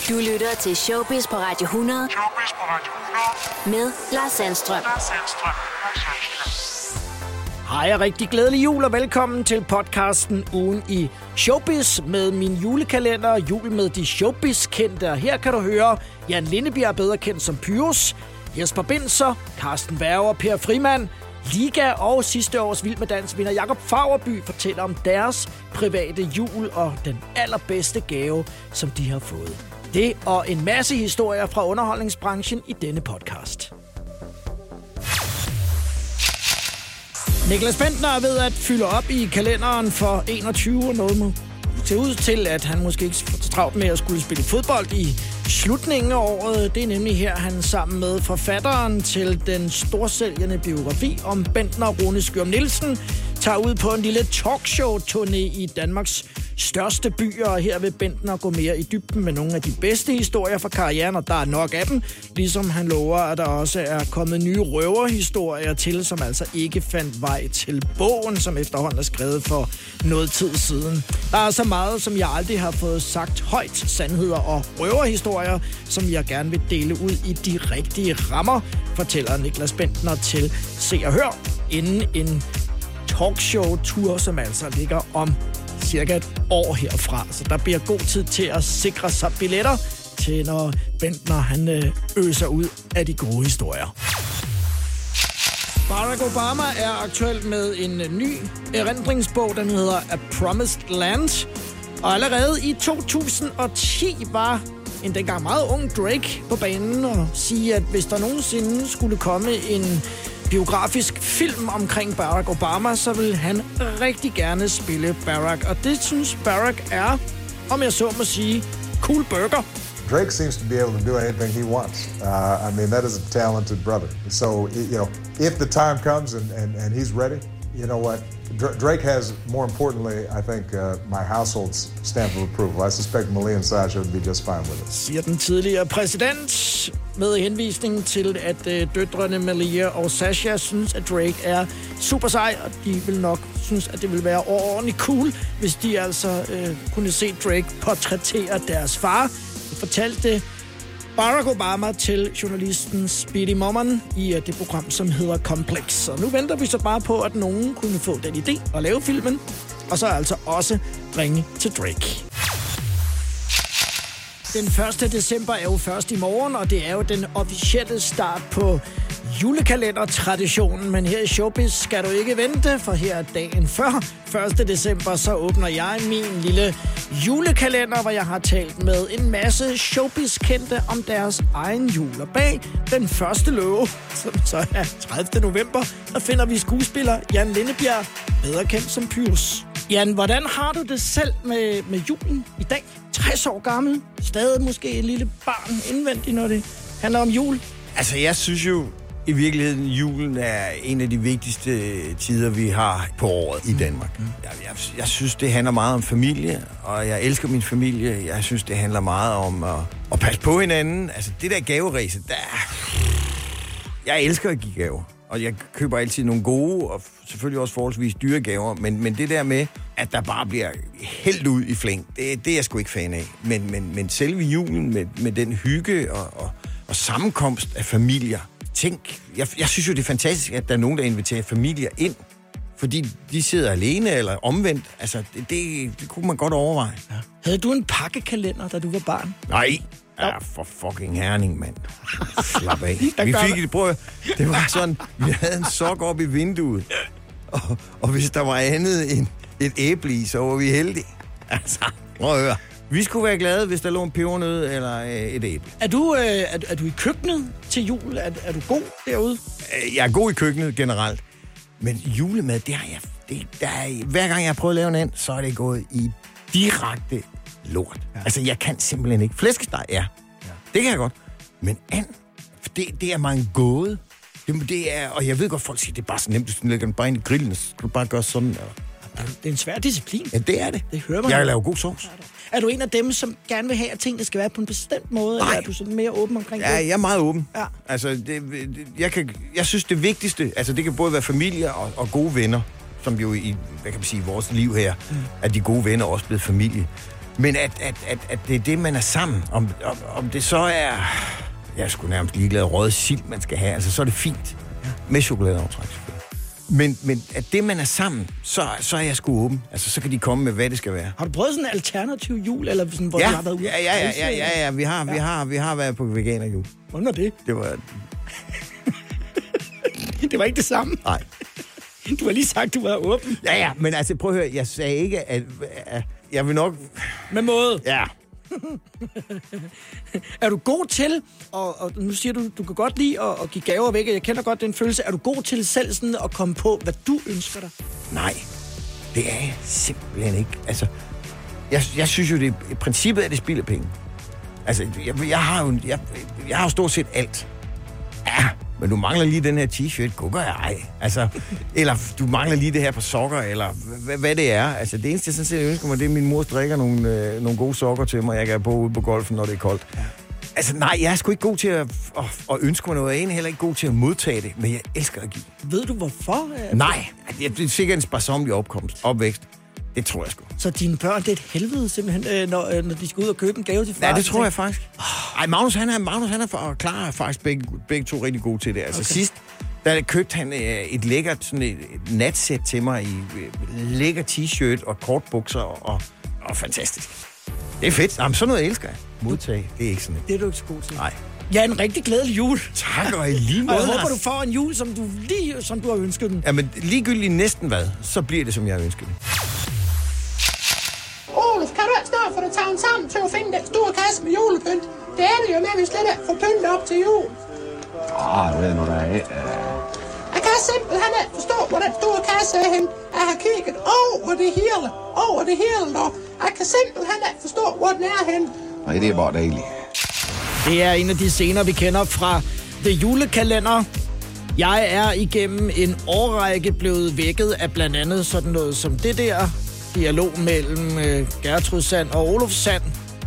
Du lytter til Showbiz på Radio 100. Showbiz på Radio 100. Med Lars Sandstrøm. Hej og rigtig glædelig jul og velkommen til podcasten Ugen i Showbiz med min julekalender Jul med de Showbiz-kendte. Her kan du høre Jan Lindebjerg, bedre kendt som Pyrus, Jesper Binzer, Carsten Werger, Per Frimand, Liga og sidste års Vild med Dans vinder Jakob Faurby fortæller om deres private jul og den allerbedste gave, som de har fået. Det og en masse historier fra underholdningsbranchen i denne podcast. Niklas Bentner er ved at fylde op i kalenderen for 21 og noget må se ud til, at han måske ikke får så travlt med at skulle spille fodbold i slutningen af året. Det er nemlig her, han sammen med forfatteren til den storsælgende biografi om Bentner, Rune Skjørm Nielsen, tager ud på en lille talkshow-turné i Danmarks største byer, og her vil Bentner gå mere i dybden med nogle af de bedste historier fra karrieren, og der er nok af dem, ligesom han lover, at der også er kommet nye røverhistorier til, som altså ikke fandt vej til bogen, som efterhånden er skrevet for noget tid siden. Der er så meget, som jeg aldrig har fået sagt højt, sandheder og røverhistorier, som jeg gerne vil dele ud i de rigtige rammer, fortæller Niklas Bentner til Se og Hør, inden en talkshow-tur, som altså ligger om cirka et år herfra. Så der bliver god tid til at sikre sig billetter til, når Bentner han øser ud af de gode historier. Barack Obama er aktuel med en ny erindringsbog, den hedder A Promised Land. Og allerede i 2010 var en dengang meget ung Drake på banen og sige, at hvis der nogensinde skulle komme en biografisk film omkring Barack Obama, så vil han rigtig gerne spille Barack. Og det synes Barack er, om jeg så må sige, cool burger. Drake seems to be able to do anything he wants. I mean, that is a talented brother. So, if the time comes and he's ready, you know what? Drake has, more importantly, I think, my household's stamp of approval. I suspect Malia and Sasha would be just fine with it. Siger den tidligere præsident med henvisning til, at døtrene Malia og Sasha synes, at Drake er super sej, og de vil nok synes, at det vil være overordentligt cool, hvis de altså kunne se Drake portrættere deres far. Det fortalte Barack Obama til journalisten Speedy Momman i det program, som hedder Complex. Så nu venter vi så bare på, at nogen kunne få den idé at lave filmen, og så altså også ringe til Drake. Den 1. december er jo først i morgen, og det er jo den officielle start på julekalendertraditionen. Men her i Showbiz skal du ikke vente, for her dagen før 1. december, så åbner jeg min lille julekalender, hvor jeg har talt med en masse Showbiz-kendte om deres egen jul. Og bag den første låge, som så er 30. november, der finder vi skuespiller Jan Lindebjerg, bedre kendt som Pyrus. Jan, hvordan har du det selv med julen i dag? 60 år gammel, stadig måske et lille barn indvendigt, når det handler om jul. Altså, jeg synes jo i virkeligheden, julen er en af de vigtigste tider, vi har på året i Danmark. Jeg synes, det handler meget om familie, og jeg elsker min familie. Jeg synes, det handler meget om at passe på hinanden. Altså, det der gaveræse, jeg elsker at give gaver. Og jeg køber altid nogle gode, og selvfølgelig også forholdsvis dyre gaver. Men det der med, at der bare bliver hældt ud i flæng, det er jeg sgu ikke fan af. Men selve julen med den hygge og sammenkomst af familier. Tænk, jeg synes jo, det er fantastisk, at der er nogen, der inviterer familier ind. Fordi de sidder alene eller omvendt. Altså, det kunne man godt overveje. Ja. Havde du en pakkekalender, da du var barn? Nej. Ja, for fucking Herning, mand. Slap af. Vi fik et prøv. Det var sådan, vi havde en sok op i vinduet. Og hvis der var andet end et æble i, så var vi heldige. Altså, prøv at høre. Vi skulle være glade, hvis der lå en pebernød eller et æble. Er du i køkkenet til jul? Er du god derude? Jeg er god i køkkenet generelt. Men julemad, hver gang jeg har prøvet at lave en and, så er det gået i direkte lort. Ja. Altså, jeg kan simpelthen ikke. Flæskesteg, ja. Det kan jeg godt. Men and, det er mig en gåde. Det er, og jeg ved godt, folk siger, det er bare så nemt, hvis du lægger den bare ind i grillen, så skal du bare gøre sådan. Det er en svær disciplin. Ja, det er det. Det hører man. Jeg laver god sovs. Er du en af dem, som gerne vil have, at tingene skal være på en bestemt måde? Nej. Eller er du sådan mere åben omkring det? Ja, jeg er meget åben. Ja. Altså, jeg synes, det vigtigste, altså det kan både være familie og gode venner, som jo i, hvad kan man sige, vores liv her, at de gode venner er også blevet familie. Men at det er det, man er sammen. Om det så er... Jeg er sgu nærmest ligeglad røget sild, man skal have. Altså, så er det fint. Med chokoladeaftræk. Men at det, man er sammen, så er jeg sgu åben. Altså, så kan de komme med, hvad det skal være. Har du prøvet sådan en alternativ jul, eller sådan, hvor du har været ude? Ja. Vi har været på veganerjul. Hvordan var det? Det var... Det var ikke det samme? Nej. Du har lige sagt, du var åben. Ja, men altså, prøv at høre. Jeg sagde ikke, at jeg vil nok... Med måde? Ja. Er du god til, og nu siger du kan godt lide at give gaver væk, og jeg kender godt den følelse, er du god til selv sådan at komme på, hvad du ønsker dig? Nej, det er jeg simpelthen ikke. Altså, jeg synes jo, det i princippet er det spild af penge. Altså, jeg har jo stort set alt. Ja, men du mangler lige den her t-shirt, gukker jeg ej. Altså, eller du mangler lige det her på sokker, eller hvad det er. Altså, det eneste, jeg sådan set ønsker mig, det er, at min mor strikker nogle gode sokker til mig, jeg kan bo ude på golfen, når det er koldt. Ja. Altså, nej, jeg er sgu ikke god til at ønske mig noget. Jeg er heller ikke god til at modtage det, men jeg elsker at give. Ved du, hvorfor? Nej, det er sikkert en sparsomlig opvækst. Det tror jeg sgu. Så dine børn, det er et helvede simpelthen, når de skal ud og købe en gave til far? Ja, det tror jeg faktisk. Ej, Magnus han er klar faktisk begge to rigtig gode til det. Altså sidst, der købte han et lækkert sådan et natsæt til mig i lækker t-shirt og kortbukser og fantastisk. Det er fedt. Jamen, sådan noget elsker jeg. Modtag, det er ikke sådan. Det er du ikke så god til. Nej. Ja, en rigtig glædelig jul. Tak, og i lige måde. Og jeg håber, du får en jul, som du har ønsket den. Jamen, ligegyldigt næsten hvad, så bliver det, som jeg har ønsket det. Oluf, kan du ikke snart få dig taget sammen til at finde den store kasse med julepynt? Det er det jo med, at vi slet ikke får pyntet op til jul. Det ved jeg nu, der er. Jeg kan simpelthen ikke forstå, hvor den store kasse er henne. Jeg har kigget over det hele, og jeg kan simpelthen ikke forstå, hvor den er henne. Nej, det er bare dejligt. Det er en af de scener, vi kender fra The Julekalender. Jeg er igennem en årrække blevet vækket af blandt andet sådan noget som det der. Dialog mellem Gertrud Sand og Oluf Sand.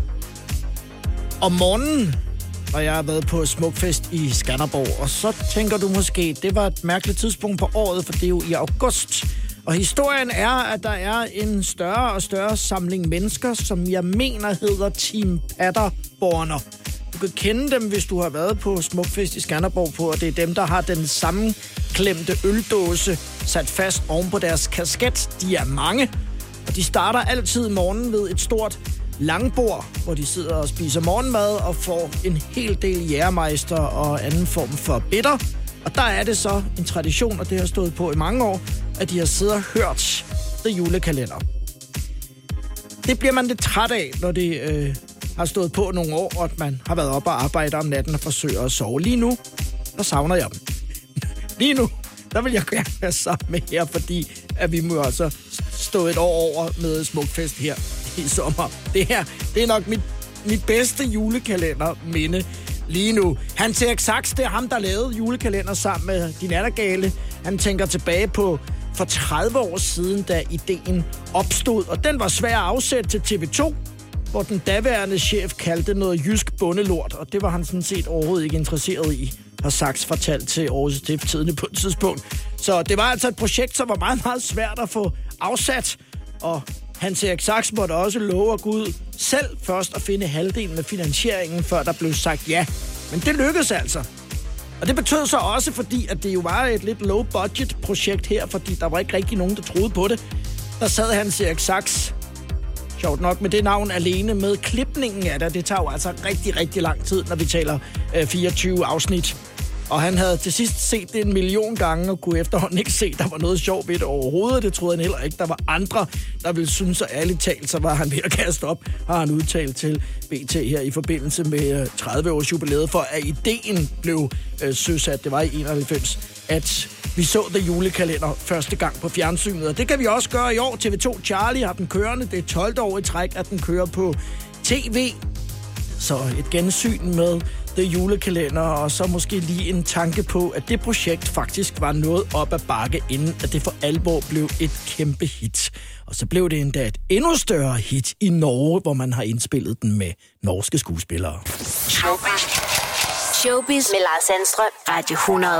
Om morgenen, og jeg har været på Smukfest i Skanderborg, og så tænker du måske, det var et mærkeligt tidspunkt på året, for det er jo i august. Og historien er, at der er en større og større samling mennesker, som jeg mener hedder Team Paderborner. Du kan kende dem, hvis du har været på Smukfest i Skanderborg på, og det er dem, der har den sammenklemte øldåse sat fast oven på deres kasket. De er mange. Og de starter altid morgenen ved et stort langbord, hvor de sidder og spiser morgenmad og får en hel del jægermeister og anden form for bitter. Og der er det så en tradition, og det har stået på i mange år, at de har siddet og hørt The Julekalender. Det bliver man lidt træt af, når det har stået på nogle år, og at man har været oppe og arbejde om natten og forsøger at sove. Lige nu, der savner jeg dem. Lige nu, der vil jeg gerne være sammen med her, fordi at vi må altså stå et år over med Smukfest her i sommer. Det her, det er nok mit bedste julekalender-minde lige nu. Hans Erik Sachs, det er ham, der lavede julekalender sammen med De Nattergale. Han tænker tilbage på for 30 år siden, da ideen opstod, og den var svær at afsætte til TV2, hvor den daværende chef kaldte noget jysk bundelort, og det var han sådan set overhovedet ikke interesseret i, har Sachs fortalt til Aarhus Stiftstidende på et tidspunkt. Så det var altså et projekt, som var meget, meget svært at få afsat, og Hans Erik Sachs måtte også love at gå ud selv først at finde halvdelen af finansieringen, før der blev sagt ja. Men det lykkedes altså. Og det betød så også, fordi at det jo var et lidt low-budget projekt her, fordi der var ikke rigtig nogen, der troede på det. Der sad Hans Erik Sachs, sjovt nok med det navn alene, med klipningen af det. Det tager jo altså rigtig, rigtig lang tid, når vi taler 24 afsnit. Og han havde til sidst set det 1 million gange, og kunne efterhånden ikke se, der var noget sjovt ved det overhovedet. Det troede han heller ikke. Der var andre, der ville synes, så ærligt talt, så var han ved at kaste op, har han udtalt til BT her i forbindelse med 30-års jubilæet, for at ideen blev søsat, det var i 91, at vi så The Julekalender første gang på fjernsynet. Og det kan vi også gøre i år. TV2 Charlie har den kørende. Det er 12 år i træk, at den kører på TV. Så et gensyn med The Julekalender, og så måske lige en tanke på, at det projekt faktisk var noget op ad bakke, inden at det for alvor blev et kæmpe hit. Og så blev det endda et endnu større hit i Norge, hvor man har indspillet den med norske skuespillere. Showbiz med Lars Sandstrøm, Radio 100.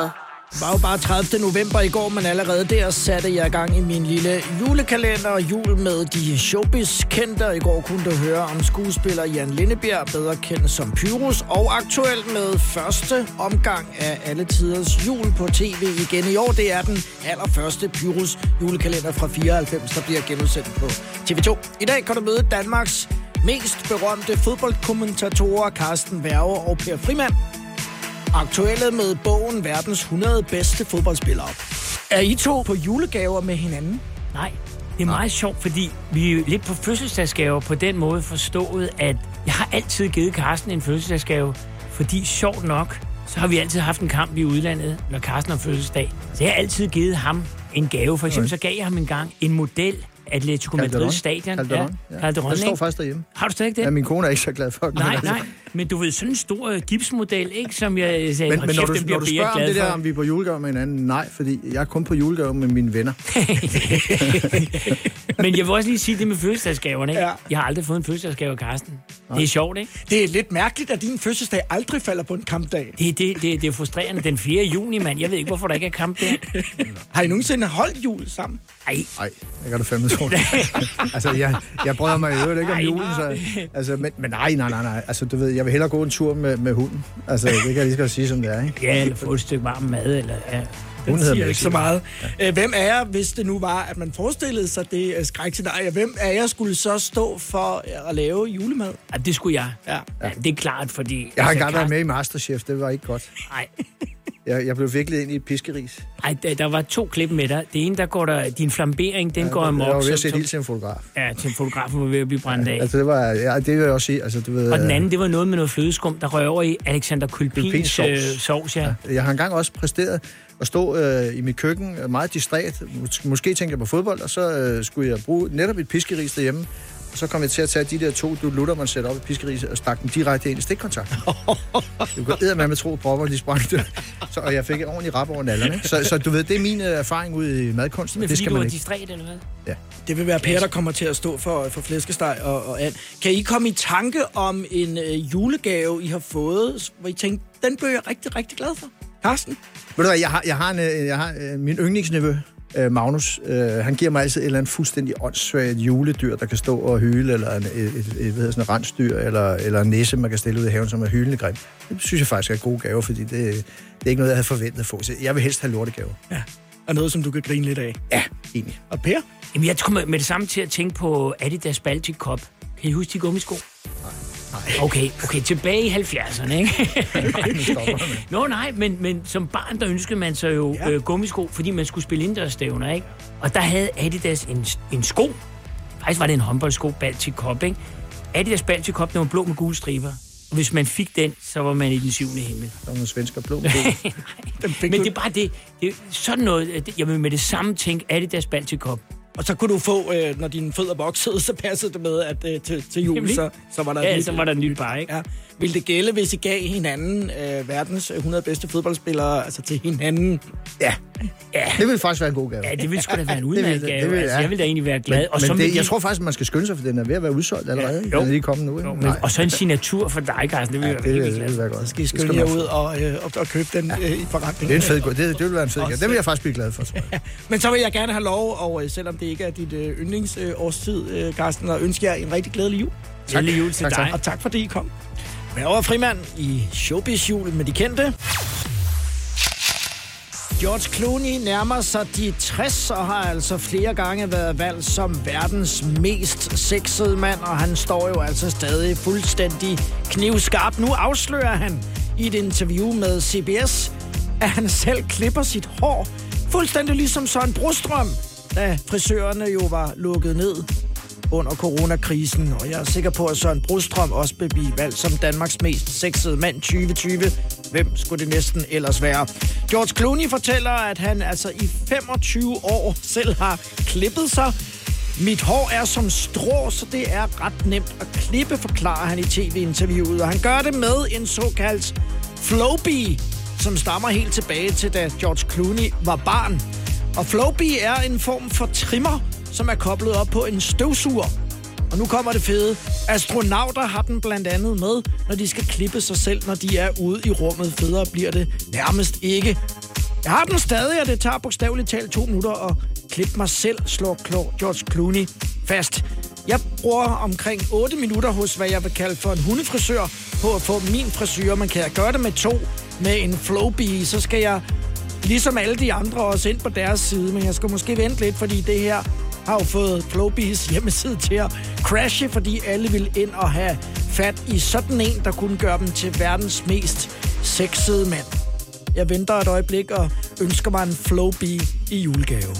Det var jo bare 30. november i går, men allerede der satte jeg i gang i min lille julekalender og jul med de showbiz-kendte. I går kunne du høre om skuespiller Jan Lindebjerg, bedre kendt som Pyrus, og aktuelt med første omgang af alle tiders jul på tv igen i år. Det er den allerførste Pyrus julekalender fra 94, der bliver genudsendt på TV2. I dag kan du møde Danmarks mest berømte fodboldkommentatorer Carsten Werge og Per Frimann. Aktuelle med bogen Verdens 100 bedste fodboldspillere. Er I to på julegaver med hinanden? Nej, det er meget sjovt, fordi vi er lidt på fødselsdagsgaver på den måde forstået, at jeg har altid givet Carsten en fødselsdagsgave, fordi sjovt nok, så har vi altid haft en kamp i udlandet, når Carsten har fødselsdag. Så jeg har altid givet ham en gave. For eksempel så gav jeg ham engang en model Atletico Madrid stadion. Calderon, det står faktisk derhjemme. Har du stadig det? Ja, min kone er ikke så glad for. Nej. Men du ved, sådan en stor gipsmodel, ikke? Som jeg sagde, men når du spørger om det der, om vi er på julegave med hinanden, nej, fordi jeg er kun på julegave med mine venner. Men jeg vil også lige sige det med fødselsdagsgaverne, ikke? Ja. Jeg har aldrig fået en fødselsdagsgave af Carsten. Det er sjovt, ikke? Det er lidt mærkeligt, at din fødselsdag aldrig falder på en kampdag. Det er frustrerende. Den 4. juni, mand. Jeg ved ikke, hvorfor der ikke er kamp der. Har I nogensinde holdt jul sammen? Nej, jeg kan da fandme tro det. Altså, jeg bryder mig i øvrigt ikke om julen, så... Altså, men nej. Altså, du ved, jeg vil hellere gå en tur med hunden. Altså, det kan jeg lige skal sige, som det er, ikke? Ja, eller få et stykke varm mad, eller... Ja. Den siger ikke så meget. Ja. Hvem af jer, hvis det nu var, at man forestillede sig det skrækscenarie, hvem af jer skulle så stå for at lave julemad? Ja, det skulle jeg. Ja, det er klart, fordi... Jeg har engang været med i Masterchef, det var ikke godt. Nej. Jeg blev virkelig ind i et piskeris. Nej, der var 2 klip med dig. Det ene, der går der... Din flambering, den går amok. Jeg var ved at sætte ild til en fotograf. Ja, til en fotograf, var ved at blive brændt af. Altså, det var... Ja, det vil jeg også sige. Altså, du ved, og den anden, det var noget med noget flødeskum, der røg over i Alexander Kulpins sovs, ja. Jeg har engang også præsteret at stå i mit køkken meget distræt. Måske tænkte jeg på fodbold, og så skulle jeg bruge netop et piskeris derhjemme. Og så kom jeg til at tage de der 2 dutter, man sætter op i piskeris, og stak dem direkte ind i stikkontakten. Du kan eddermame med tro, propper, de sprang der. Og jeg fik et ordentligt rap over nallerne. Så du ved, det er min erfaring ude i madkunsten. Men det skal man ikke. Distræt, eller hvad? Ja. Det vil være Per, der kommer til at stå for flæskesteg og and. Kan I komme i tanke om en julegave, I har fået, hvor I tænkte, den blev jeg rigtig, rigtig glad for? Carsten? Ved du hvad, jeg har min yndlingsnevø, Magnus, han giver mig altid et eller andet fuldstændig åndssvagt juledyr, der kan stå og hyle, eller et rensdyr, eller en næse, man kan stille ud i haven, som er hylende grim. Det synes jeg faktisk er en god gave, fordi det er ikke noget, jeg havde forventet at få. Så jeg vil helst have lortegaver. Ja, og noget, som du kan grine lidt af. Ja, egentlig. Og Per? Jamen, jeg kommer med det samme til at tænke på Adidas Baltic Cup. Kan I huske de gummisko? Nej. Okay, tilbage i 70'erne, ikke? Nej, men som barn, der ønskede man sig jo gummisko, fordi man skulle spille indendørsstævner, ikke? Og der havde Adidas en sko. Faktisk var det en håndboldsko, Baltic Cup, ikke? Adidas Baltic Cup, den var blå med gule striber. Og hvis man fik den, så var man i den 7. himmel. Der var nogle svensker blå med gule. Men det er bare det. Det er sådan noget, jeg vil med det samme tænke Adidas Baltic Cup. Og så kunne du få, når dine fødder voksede, så passede det med, at til jul, så var der så var der en ny par, ikke? Ja. Vil det gælde, hvis I gav hinanden verdens 100 bedste fodboldspillere, altså til hinanden? Ja. Det ville faktisk være en god gave. Ja, det ville sgu da være en udmærket gave. Altså, jeg ville da egentlig være glad. Jeg tror faktisk, man skal skynde sig, for den er ved at være udsolgt allerede. Den er lige kommet nu. Og så en signatur for dig, Carsten. Det ville være godt. Så skal I skynde jer ud og købe den i forretningen. Det er en fed gave. Det vil være en fed gave. Den vil jeg faktisk blive glad for, tror jeg. Men så vil jeg gerne have lov, og selvom det ikke er dit yndlingsårstid, Carsten, og ønske jer en rigtig glædelig jul. Glædelig jul til dig. Og tak fordi I kom. Men over Frimann i Showbiz-jul med de kendte. George Clooney nærmer sig de 60 og har altså flere gange været valgt som verdens mest sexede mand, og han står jo altså stadig fuldstændig knivskarp. Nu afslører han i et interview med CBS, at han selv klipper sit hår fuldstændig ligesom Søren Brostrøm, da frisørerne jo var lukket ned under coronakrisen, og jeg er sikker på, at Søren Brostrøm også vil blive valgt som Danmarks mest sexede mand 2020. Hvem skulle det næsten ellers være? George Clooney fortæller, at han altså i 25 år selv har klippet sig. Mit hår er som strå, så det er ret nemt at klippe, forklarer han i tv-interviewet. Og han gør det med en såkaldt Flowbee, som stammer helt tilbage til, da George Clooney var barn. Og Flowbee er en form for trimmer, som er koblet op på en støvsuger. Og nu kommer det fede. Astronauter har den blandt andet med, når de skal klippe sig selv, når de er ude i rummet. Federe bliver det nærmest ikke. Jeg har den stadig, og det tager bogstaveligt talt 2 minutter at klippe mig selv, slår George Clooney fast. Jeg bruger omkring 8 minutter hos, hvad jeg vil kalde for en hundefrisør, på at få min frisyr. Man kan gøre det med 2, med en Flowbee, så skal jeg, ligesom alle de andre, også ind på deres side. Men jeg skal måske vente lidt, fordi det her har jo fået Flowbees hjemmeside til at crashe, fordi alle vil ind og have fat i sådan en, der kunne gøre dem til verdens mest sexede mand. Jeg venter et øjeblik og ønsker mig en Flowbee i julegave.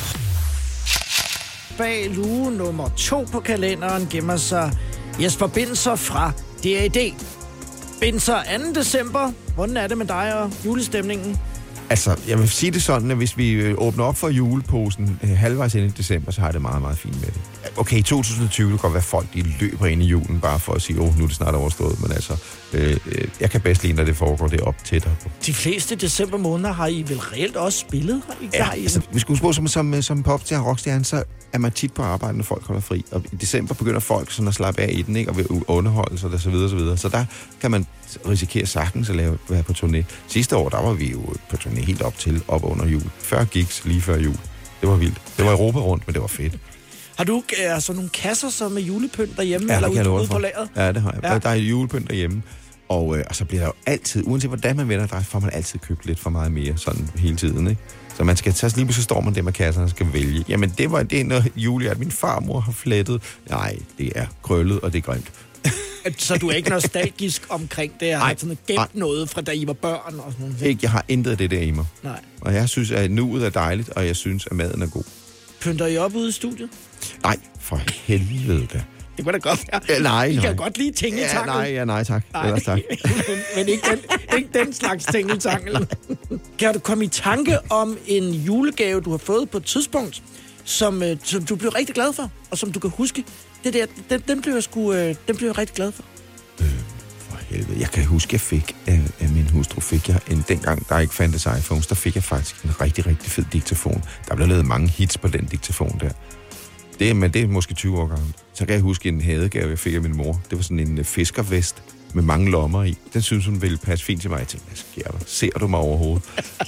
Bag luge nummer 2 på kalenderen gemmer sig Jesper Binzer fra D.A.D. Binzer, 2. december. Hvordan er det med dig og julestemningen? Altså, jeg vil sige det sådan, at hvis vi åbner op for juleposen halvvejs ind i december, så har jeg det meget, meget fint med det. Okay, i 2020 det kan godt være folk, de løber ind i julen bare for at sige, nu er det snart overstået, men altså, jeg kan bedst lide, når det foregår det op tættere på. De fleste december måneder har I vel reelt også spillet? Ja, altså, vi skal huske på, som popstjerne og rockstjerne, så er man tit på arbejde, når folk holder fri. Og i december begynder folk sådan at slappe af i den, ikke? Og vil underholde sig, og så videre, så videre. Så der kan man risikere sagtens at være på turné. Sidste år, der var vi jo på turné helt op under jul. 40 gigs lige før jul. Det var vildt. Det var Europa rundt, men det var fedt. Har du altså nogle kasser som med julepynt derhjemme? Ja, eller ude på lageret? Ja, det har jeg. Ja. Der er julepynt derhjemme. Og så bliver der jo altid, uanset hvordan man vender dig, får man altid købt lidt for meget mere, sådan hele tiden, ikke? Så man skal tage, lige så står man der med kasserne og skal vælge. Jamen, det er noget jule, at min farmor har flettet. Nej, det er krøllet, og det er grimt. Så du er ikke nostalgisk omkring det? Jeg har sådan gemt noget fra da I var børn og sådan noget? Ikke, jeg har intet af det der i mig. Nej. Og jeg synes, at nuet er dejligt, og jeg synes, at maden er god. Pynter I op ude i studiet? Nej, for helvede da. Det kunne da godt være. Ja, nej. I kan godt lide tingeltangel. Nej tak. Ellers tak. Men ikke den slags tingeltangel. Kan du komme i tanke om en julegave, du har fået på et tidspunkt, som du blev rigtig glad for, og som du kan huske? Det der, den blev jeg rigtig glad for. For helvede. Jeg kan huske, jeg fik af min hustru, dengang der ikke fandtes iPhones, der fik jeg faktisk en rigtig, rigtig fed diktafon. Der blev lavet mange hits på den diktafon der. Men det er måske 20 år gammelt. Så kan jeg huske en hadegave, jeg fik af min mor. Det var sådan en fiskervest med mange lommer i. Den synes hun ville passe fint til mig. Jeg tænkte, hvad sker der? Ser du mig overhovedet?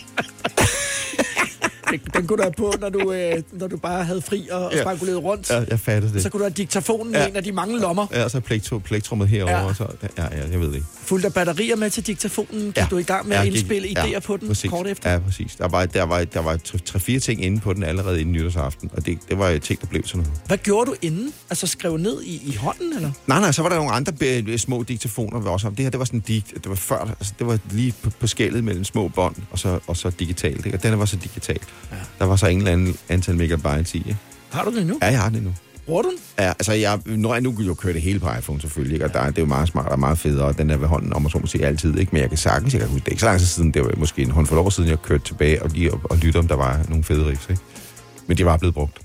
Den kunne du have på, når du bare havde fri og spankuleret rundt. Ja, jeg fattede det. Så kunne du have diktafonen i en af de mange lommer. Ja, og så plektrummet herovre. Ja. Og så, jeg ved det ikke. Fuldt af batterier med til diktafonen. Gik du i gang med at indspille idéer på den præcis. Kort efter? Ja, præcis. Der var 3-4 ting inde på den allerede inden nytårsaften. Og det var ting, der blev sådan noget. Hvad gjorde du inden? Altså skrev ned i hånden, eller? Nej, så var der nogle andre små diktafoner også. Det her, det var sådan det var før, altså det var lige på skellet mellem små bånd og så digitalt. Ikke? Og den var så digital. Ja. Der var så ingen anden antal megabytes i. Ikke? Har du det nu? Ja, jeg har det nu. Bruger du den? Ja, altså når jeg nu jo kører det hele på iPhone selvfølgelig, ikke? Og det er jo meget smart og meget federe, og den er ved hånden om og så må sige altid, ikke? Men jeg kan sagtens, jeg kan huske det ikke så lang tid siden, det var måske en håndfuld år siden, jeg kørte tilbage og lytte om der var nogle fede riffs, ikke? Men de var blevet brugt.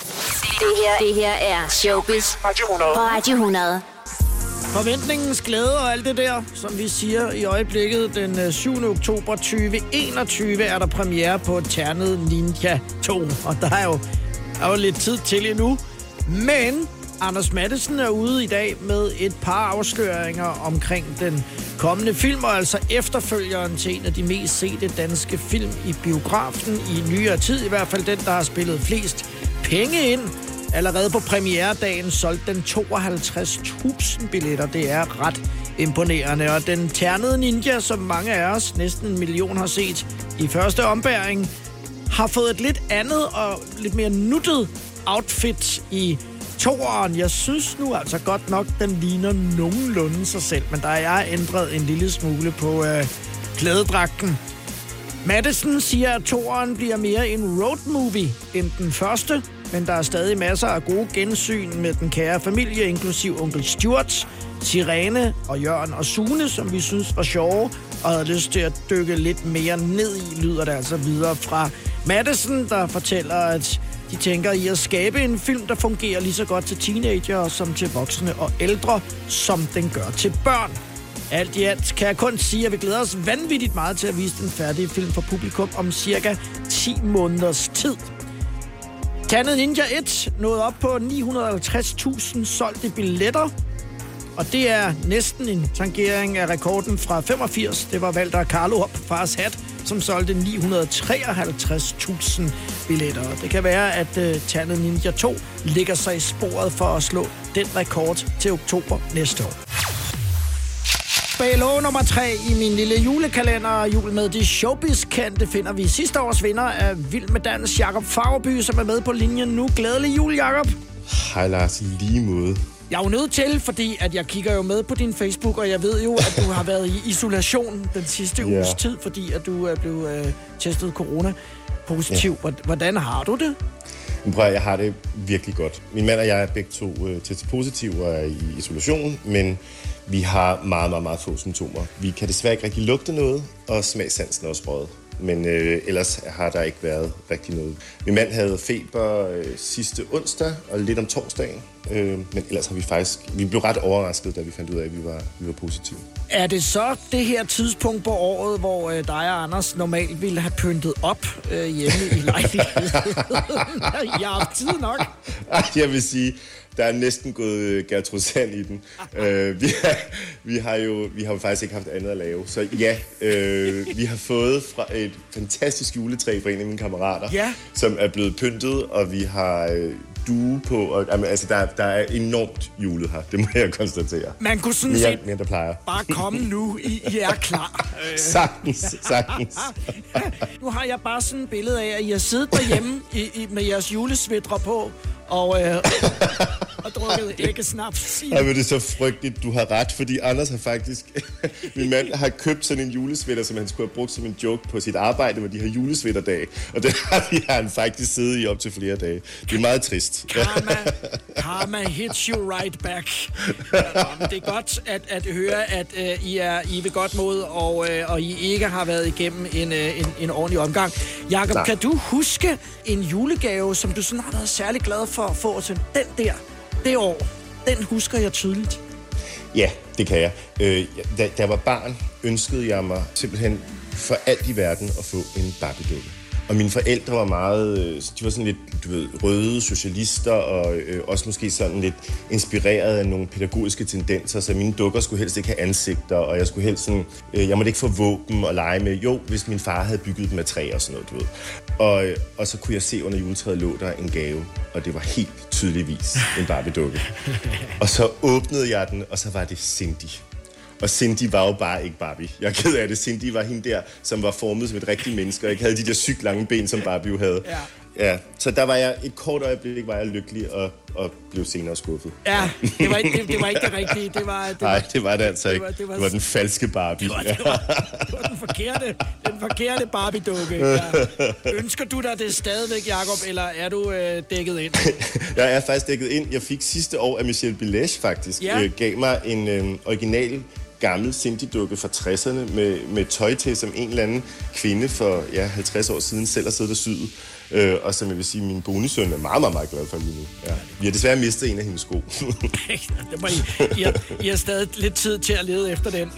Det her er Showbiz på Radio 100. Forventningens glæde og alt det der, som vi siger i øjeblikket. Den 7. oktober 2021 er der premiere på Ternet Ninja 2. Og der er jo lidt tid til endnu. Men Anders Matthesen er ude i dag med et par afsløringer omkring den kommende film, og altså efterfølgeren til en af de mest sete danske film i biografen i nyere tid. I hvert fald den, der har spillet flest penge ind. Allerede på premieredagen solgte den 52.000 billetter. Det er ret imponerende. Og den ternede ninja, som mange af os, næsten 1 million, har set i første ombæring, har fået et lidt andet og lidt mere nuttet outfit i toeren. Jeg synes nu altså godt nok, den ligner nogenlunde sig selv, men der er ændret en lille smule på klædedragten. Matthesen siger, at toeren bliver mere en road movie end den første, men der er stadig masser af gode gensyn med den kære familie, inklusiv onkel Stuart, Sirene og Jørgen og Sune, som vi synes var sjove, og havde lyst til at dykke lidt mere ned i, lyder det altså videre fra Matthesen, der fortæller, at de tænker i at skabe en film, der fungerer lige så godt til teenager som til voksne og ældre, som den gør til børn. Alt i alt kan jeg kun sige, at vi glæder os vanvittigt meget til at vise den færdige film for publikum om cirka 10 måneders tid. Ternet Ninja 1 nåede op på 950.000 solgte billetter, og det er næsten en tangering af rekorden fra 85. Det var Walter Carlo op på Fars Hat, som solgte 953.000 billetter. Det kan være, at Ternet Ninja 2 ligger sig i sporet for at slå den rekord til oktober næste år. BLO nummer 3 i min lille julekalender. Jul med de showbiz-kendte finder vi sidste års vinder af Vild med Dans, Jakob Fagerby, som er med på linjen nu. Glædelig jul, Jakob. Hej Lars, lige måde. Jeg er jo nødt til, fordi at jeg kigger jo med på din Facebook, og jeg ved jo, at du har været i isolation den sidste uges tid, fordi at du er blevet testet corona-positiv. Hvordan har du det? Jeg har det virkelig godt. Min mand og jeg er begge to testet positiv og er i isolation, men vi har meget, meget, meget få symptomer. Vi kan desværre ikke rigtig lugte noget, og smagssansen er også røget. Men ellers har der ikke været rigtig noget. Min mand havde feber sidste onsdag og lidt om torsdagen. Men ellers har vi blev ret overrasket, da vi fandt ud af, at vi var positive. Er det så det her tidspunkt på året, hvor dig og Anders normalt ville have pyntet op hjemme i lejligheden? Jeg har haft tid nok. Jeg vil sige, der er næsten gået Gertrud Sand i den. Vi har jo faktisk ikke haft andet at lave. Så ja, vi har fået fra et fantastisk juletræ fra en af mine kammerater, som er blevet pyntet, og vi har due på. Og, altså, der er enormt julet her, det må jeg konstatere. Man kunne sådan set mere, der plejer. Bare komme nu, I er klar. Sagtens. Nu har jeg bare sådan et billede af, at I har siddet derhjemme med jeres julesvætre på, og drukket æggesnaps. Ja, men det er så frygteligt, du har ret, fordi Anders har faktisk... min mand har købt sådan en julesvætter, som han skulle have brugt som en joke på sit arbejde, hvor de har julesvætterdage. Og det har han faktisk siddet i op til flere dage. Det er meget trist. Karma hits you right back. Det er godt at høre, at I er ved godt mod, og I ikke har været igennem en ordentlig omgang. Jakob, kan du huske en julegave, som du sådan har været særlig glad for at få til det år? Den husker jeg tydeligt. Ja, det kan jeg. Da jeg var barn, ønskede jeg mig simpelthen for alt i verden at få en Barbie-dukke. Og mine forældre var meget, de var sådan lidt, røde socialister, og også måske sådan lidt inspireret af nogle pædagogiske tendenser, så mine dukker skulle helst ikke have ansigter, og jeg skulle helst sådan, jeg måtte ikke få våben og lege med, hvis min far havde bygget dem af træ og sådan noget, Og så kunne jeg se under juletræet lå der en gave, og det var helt tydeligvis en Barbie-dukke. Og så åbnede jeg den, og så var det Cindy. Og Cindy var jo bare ikke Barbie. Jeg er ked af det. Cindy var hende der, som var formet som et rigtigt menneske, og ikke havde de der sygt lange ben, som Barbie jo havde. Ja, så der var jeg et kort øjeblik, var jeg lykkelig og blev senere skuffet. Ja, det var ikke det rigtige. Nej, det var det altså ikke. Det var den falske Barbie. Det var den forkerte Barbie-dukke. Ja. Ønsker du dig det stadigvæk, Jakob, eller er du dækket ind? Jeg er faktisk dækket ind. Jeg fik sidste år af Michelle Bilèche faktisk. Gav mig en original gammel Cindy-dukke fra 60'erne med tøj til, som en eller anden kvinde for 50 år siden selv har siddet og syet. Og som jeg vil sige, min bonussøn er meget, meget, meget glad for lige nu. Ja. Vi har desværre mistet en af hendes sko. I har stadig lidt tid til at lede efter den.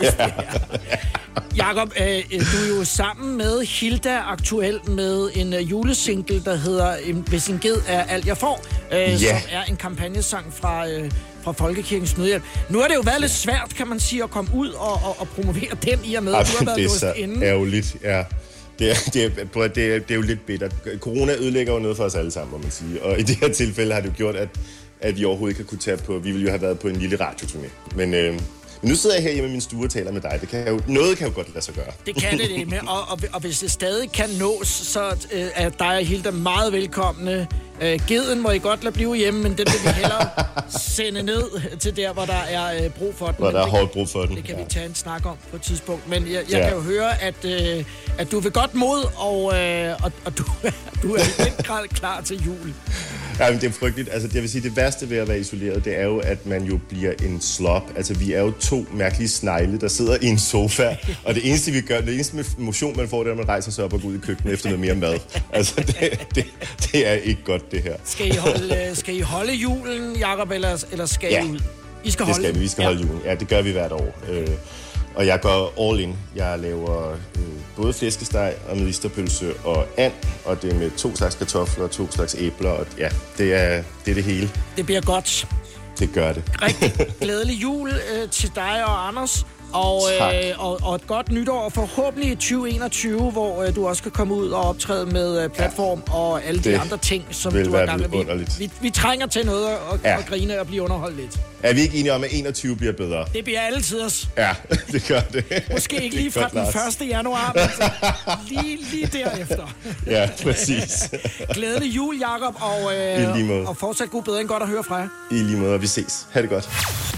Jakob, du er jo sammen med Hilda aktuelt med en julesingle, der hedder Hvis en ged er alt jeg får, som er en kampagnesang fra Folkekirkens Nødhjælp. Nu har det jo været lidt svært, kan man sige, at komme ud og promovere den i og med, at du har været låst inde. Det er så ærgerligt, ja. Det er jo lidt bittert. Corona ødelægger jo noget for os alle sammen, må man sige. Og i det her tilfælde har det jo gjort, at vi overhovedet ikke har kunne tage på... Vi ville jo have været på en lille radioturné. Men nu sidder jeg her hjemme i min stue og taler med dig. Noget kan jo godt lade sig gøre. Det kan det med. Og hvis det stadig kan nås, så er dig og Hilda meget velkomne. Geden må I godt lade blive hjemme, men den vil vi hellere sende ned til der, hvor der er brug for den. Hvor der er hårdt brug for den. Det kan vi tage en snak om på et tidspunkt. Men jeg kan jo høre, at du vil godt mod, og du er i den grad klar til jul. Ja, men det er frygteligt. Altså, jeg vil sige, det værste ved at være isoleret, det er jo, at man jo bliver en slop. Altså, vi er jo to mærkelige snegle, der sidder i en sofa, og det eneste, vi gør, det eneste motion, man får, det er, at man rejser sig op og går ud i køkkenet efter noget mere mad. Altså, det er ikke godt, det her. Skal I holde julen, Jakob, eller skal I ud? I skal holde vi skal holde julen. Ja, det gør vi hvert år. Og jeg går all in. Jeg laver både flæskesteg og medisterpølse og and, og det er med 2 slags kartofler og 2 slags æbler, og ja, det er det hele. Det bliver godt. Det gør det. Rigtig glædelig jul til dig og Anders, Og et godt nytår, forhåbentlig 2021, hvor du også kan komme ud og optræde med platform og alle de andre ting, som du har gang med. Vi trænger til noget og grine og blive underholdt lidt. Er vi ikke enige om, at 21 bliver bedre? Det bliver altid os. Ja, det gør det. Måske ikke lige fra den 1. januar, men altså lige derefter. Ja, præcis. Glædelig jul, Jakob, og fortsat god bedring. Godt at høre fra jer. I lige måde, og vi ses. Ha' det godt.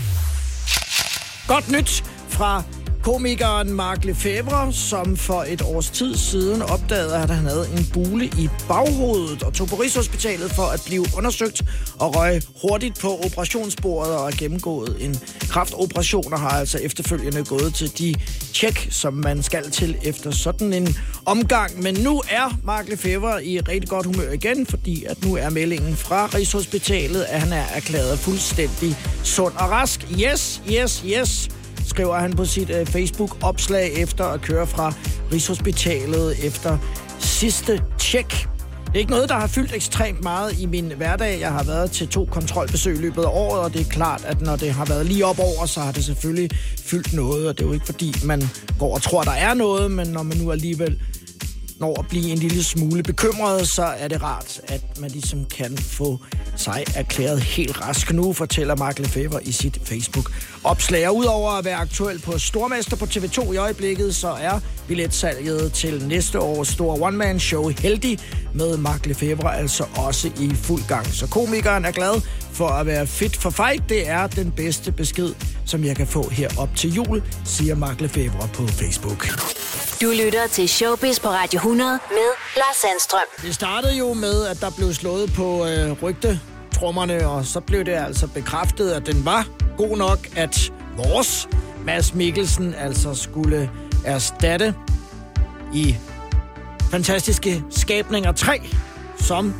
Godt nyt fra komikeren Mark Lefebvre, som for et års tid siden opdagede, at han havde en bule i baghovedet og tog på Rigshospitalet for at blive undersøgt og røg hurtigt på operationsbordet og har gennemgået en kræftoperation og har altså efterfølgende gået til de tjek, som man skal til efter sådan en omgang. Men nu er Mark Lefebvre i rigtig godt humør igen, fordi at nu er meldingen fra Rigshospitalet, at han er erklæret fuldstændig sund og rask. Yes, skriver han på sit Facebook-opslag efter at køre fra Rigshospitalet efter sidste tjek. Det er ikke noget, der har fyldt ekstremt meget i min hverdag. Jeg har været til 2 kontrolbesøg i løbet af året, og det er klart, at når det har været lige op over, så har det selvfølgelig fyldt noget. Og det er jo ikke fordi, man går og tror, der er noget, men når man nu alligevel når at blive en lille smule bekymret, så er det rart, at man ligesom kan få sig erklæret helt rask nu, fortæller Mark Lefebvre i sit Facebook-opslag. Og udover at være aktuel på Stormester på TV2 i øjeblikket, så er billetsalget til næste års store one-man-show Heldig med Mark Lefebvre altså også i fuld gang. Så komikeren er glad for at være fit for fight. Det er den bedste besked, som jeg kan få her op til jul, siger Mark Lefebvre på Facebook. Du lytter til Showbiz på Radio 100 med Lars Sandstrøm. Det startede jo med, at der blev slået på rygtetrummerne, og så blev det altså bekræftet, at den var god nok, at vores Mads Mikkelsen altså skulle erstatte i Fantastiske Skabninger 3 som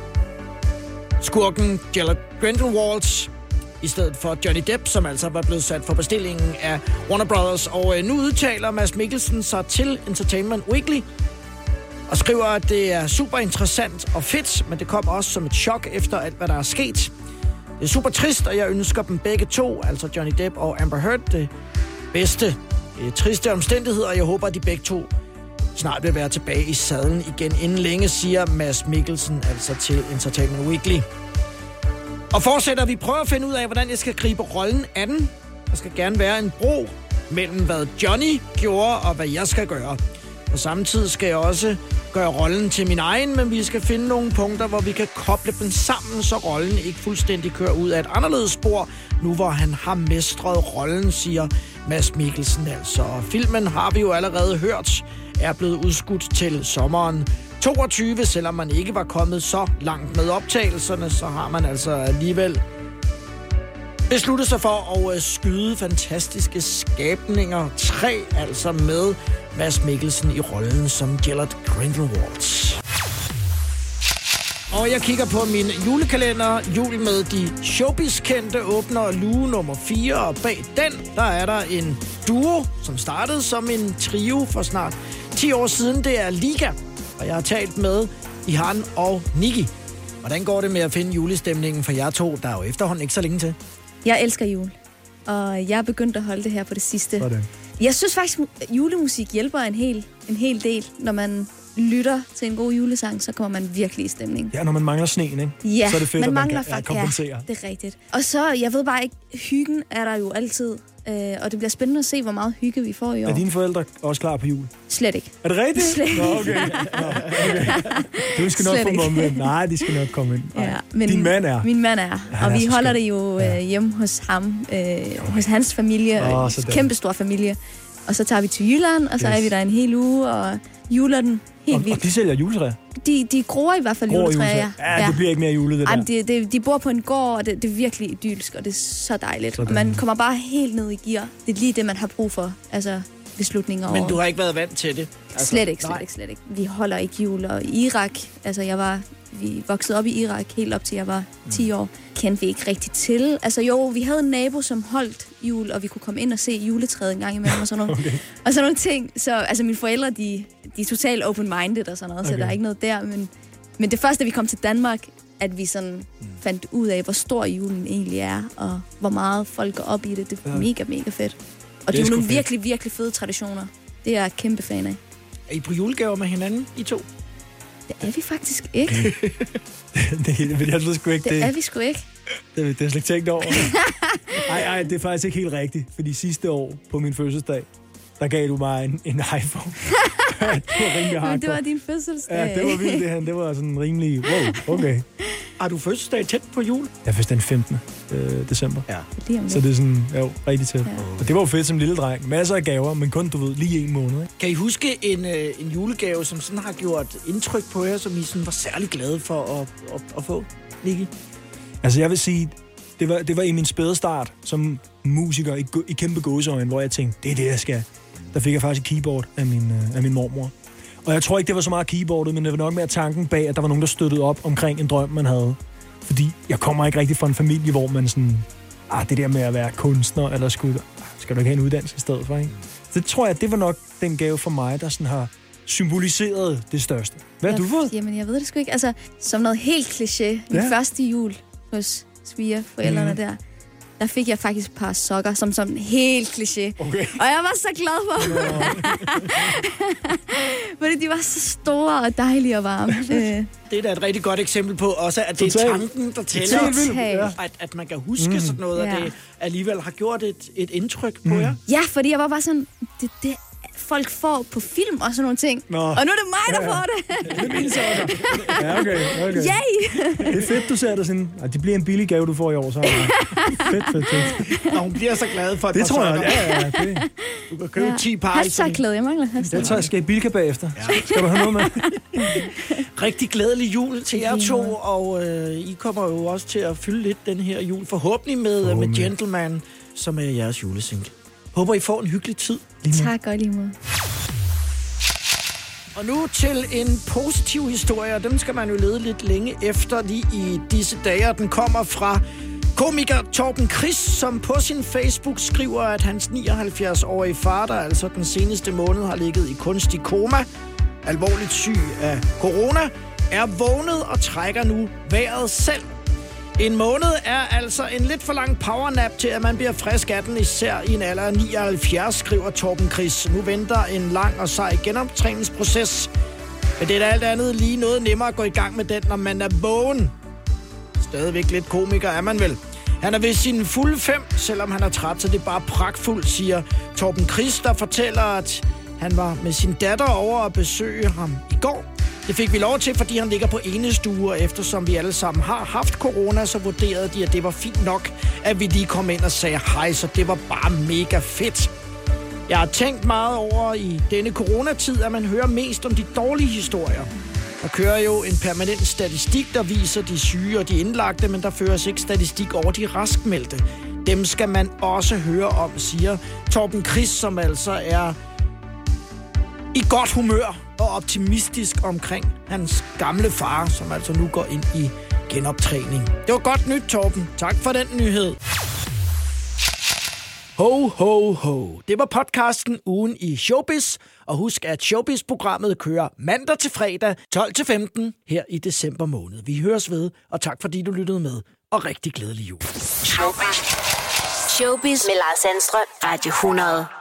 skurken Gellert Grindelwald i stedet for Johnny Depp, som altså var blevet sat for bestillingen af Warner Brothers. Og nu udtaler Mads Mikkelsen sig til Entertainment Weekly og skriver, at det er super interessant og fedt, men det kom også som et chok efter alt, hvad der er sket. Det er super trist, og jeg ønsker dem begge to, altså Johnny Depp og Amber Heard, det bedste. Det er triste omstændigheder, og jeg håber, at de begge to snart vil være tilbage i sadlen igen inden længe, siger Mads Mikkelsen altså til Entertainment Weekly. Og fortsætter, vi prøver at finde ud af, hvordan jeg skal gribe rollen an. Der skal gerne være en bro mellem, hvad Johnny gjorde, og hvad jeg skal gøre. På samme tid skal jeg også gøre rollen til min egen, men vi skal finde nogle punkter, hvor vi kan koble dem sammen, så rollen ikke fuldstændig kører ud af et anderledes spor, nu hvor han har mestret rollen, siger Mads Mikkelsen altså. Og filmen har vi jo allerede hørt, er blevet udskudt til sommeren 22, selvom man ikke var kommet så langt med optagelserne, så har man altså alligevel besluttet sig for at skyde Fantastiske Skabninger 3, altså med Mads Mikkelsen i rollen som Gellert Grindelwald. Og jeg kigger på min julekalender. Jul med de Showbiz-kendte åbner luge nummer 4, og bag den, der er der en duo, som startede som en trio for snart 10 år siden. Det er Liga, og jeg har talt med Ihan og Nikki. Hvordan går det med at finde julestemningen for jer to? Der er jo efterhånden ikke så længe til. Jeg elsker jul, og jeg er begyndt at holde det her på det sidste. Sådan. Jeg synes faktisk, at julemusik hjælper en hel del. Når man lytter til en god julesang, så kommer man virkelig i stemning. Ja, når man mangler sneen, ikke? Ja, så er det fedt, man at man kan kompensere. Ja, det er rigtigt. Og så, jeg ved bare ikke, hyggen er der jo altid. Og det bliver spændende at se, hvor meget hygge vi får i år. Er dine forældre også klar på jul? Slet ikke. Er det rigtigt? Slet ikke. Nå, okay. Du skal nok få dem omvendt. Nej, de skal nok komme ind. Ja, men din mand er. Min mand er. Og vi holder det jo hjemme hos ham. Hos hans familie. Kæmpe stor familie. Og så tager vi til Jylland, og så er vi der en hel uge, og juler den helt vildt. Og de sælger juletræer? De gror i hvert fald juletræer. Ja, det bliver ikke mere julet, det der. De bor på en gård, og det er virkelig idyllisk, og det er så dejligt. Så og man kommer bare helt ned i gear. Det er lige det, man har brug for, altså beslutninger over. Men du har ikke været vant til det? Altså, slet ikke. Vi holder ikke jul, og i Irak, altså vi voksede op i Irak helt op til jeg var 10 år. Kendte vi ikke rigtig til. Altså jo, vi havde en nabo, som holdt jul, og vi kunne komme ind og se juletræet en gang imellem og sådan noget. Okay. Og sådan nogle ting. Så altså mine forældre, de er totalt open-minded og sådan noget, så der er ikke noget der. Men det første, vi kom til Danmark, at vi sådan fandt ud af, hvor stor julen egentlig er, og hvor meget folk går op i det. Det er mega, mega fedt. Og det er nogle virkelig, virkelig fede traditioner. Det er jeg kæmpe fan af. Er I på julegaver med hinanden, I to? Det er vi faktisk ikke. det er sgu ikke. Det er vi sgu ikke. Det har jeg slet ikke tænkt over. Nej, det er faktisk ikke helt rigtigt. Fordi sidste år på min fødselsdag, der gav du mig en iPhone. Det var rimelig hardcore. Men det var din fødselsdag. Ja, det var vildt. Det var sådan rimelig... Wow, okay. Har du fødselsdag tæt på jul? Jeg fødselsdag den 15. december. Ja. Så det er sådan, jo, rigtig tæt. Ja. Og det var jo fedt som lille dreng. Masser af gaver, men kun, du ved, lige 1 måned. Ikke? Kan I huske en julegave, som sådan har gjort indtryk på jer, som I sådan var særlig glade for at få, Nicky? Altså, jeg vil sige, det var i min spæde start som musiker i kæmpe gåseøjne, hvor jeg tænkte, det er det, jeg skal. Der fik jeg faktisk et keyboard af min mormor. Og jeg tror ikke, det var så meget keyboardet, men det var nok mere tanken bag, at der var nogen, der støttede op omkring en drøm, man havde. Fordi jeg kommer ikke rigtig fra en familie, hvor man sådan, det der med at være kunstner, eller skal du ikke have en uddannelse i stedet for, ikke? Så det tror jeg, det var nok den gave for mig, der sådan har symboliseret det største. Hvad har du fået? Jamen, jeg ved det sgu ikke. Altså, som noget helt kliché. Min første jul hos svigerforældrene der fik jeg faktisk et par sokker, som sådan helt kliché. Okay. Og jeg var så glad for fordi de var så store og dejlige og varme. Det er da et rigtig godt eksempel på også, at det er tanken, der tæller. At man kan huske sådan noget, og det alligevel har gjort et indtryk på jer. Ja, fordi jeg var bare sådan, det folk får på film og sådan nogle ting. Nå. Og nu er det mig, der får det. Det er mine sokker. Ja, okay. Yay! Det er fedt, du ser det sådan. Det bliver en billig gave, du får i år. Så. Fedt. Og hun bliver så glad for det, tror jeg. Ja. Det. Du kan købe 10 par. Hashtag-klæde, jeg mangler hashtag. Jeg tror, jeg skal i Bilka bagefter. Ja. Skal du have noget med? Rigtig glædelig jul til jer to, og I kommer jo også til at fylde lidt den her jul. Forhåbentlig med Gentleman, som er jeres julesingle. Håber, I får en hyggelig tid. Tak, og lige måde. Og nu til en positiv historie, og dem skal man jo lede lidt længe efter lige i disse dage. Den kommer fra komiker Torben Chris, som på sin Facebook skriver, at hans 79-årige far, der altså den seneste måned har ligget i kunstig koma, alvorligt syg af corona, er vågnet og trækker nu vejret selv. En måned er altså en lidt for lang powernap til, at man bliver frisk af den, især i en alder af 79, skriver Torben Chris. Nu venter en lang og sej genoptræningsproces. Men det er da alt andet lige noget nemmere at gå i gang med den, når man er vågen. Stadigvæk lidt komiker er man vel. Han er ved sine fulde 5, selvom han er træt, så det er bare pragtfuldt, siger Torben Chris, der fortæller, at han var med sin datter over at besøge ham i går. Det fik vi lov til, fordi han ligger på enestue, og eftersom vi alle sammen har haft corona, så vurderede de, at det var fint nok, at vi lige kom ind og sagde hej, så det var bare mega fedt. Jeg har tænkt meget over i denne coronatid, at man hører mest om de dårlige historier. Der kører jo en permanent statistik, der viser de syge og de indlagte, men der føres ikke statistik over de raskmeldte. Dem skal man også høre om, siger Torben Chris, som altså er i godt humør og optimistisk omkring hans gamle far, som altså nu går ind i genoptræning. Det var godt nyt, Torben. Tak for den nyhed. Ho, ho, ho. Det var podcasten Ugen i Showbiz. Og husk, at Showbiz-programmet kører mandag til fredag 12-15 her i december måned. Vi høres ved, og tak fordi du lyttede med. Og rigtig glædelig jul. Showbiz med Lars Sandstrøm, Radio 100.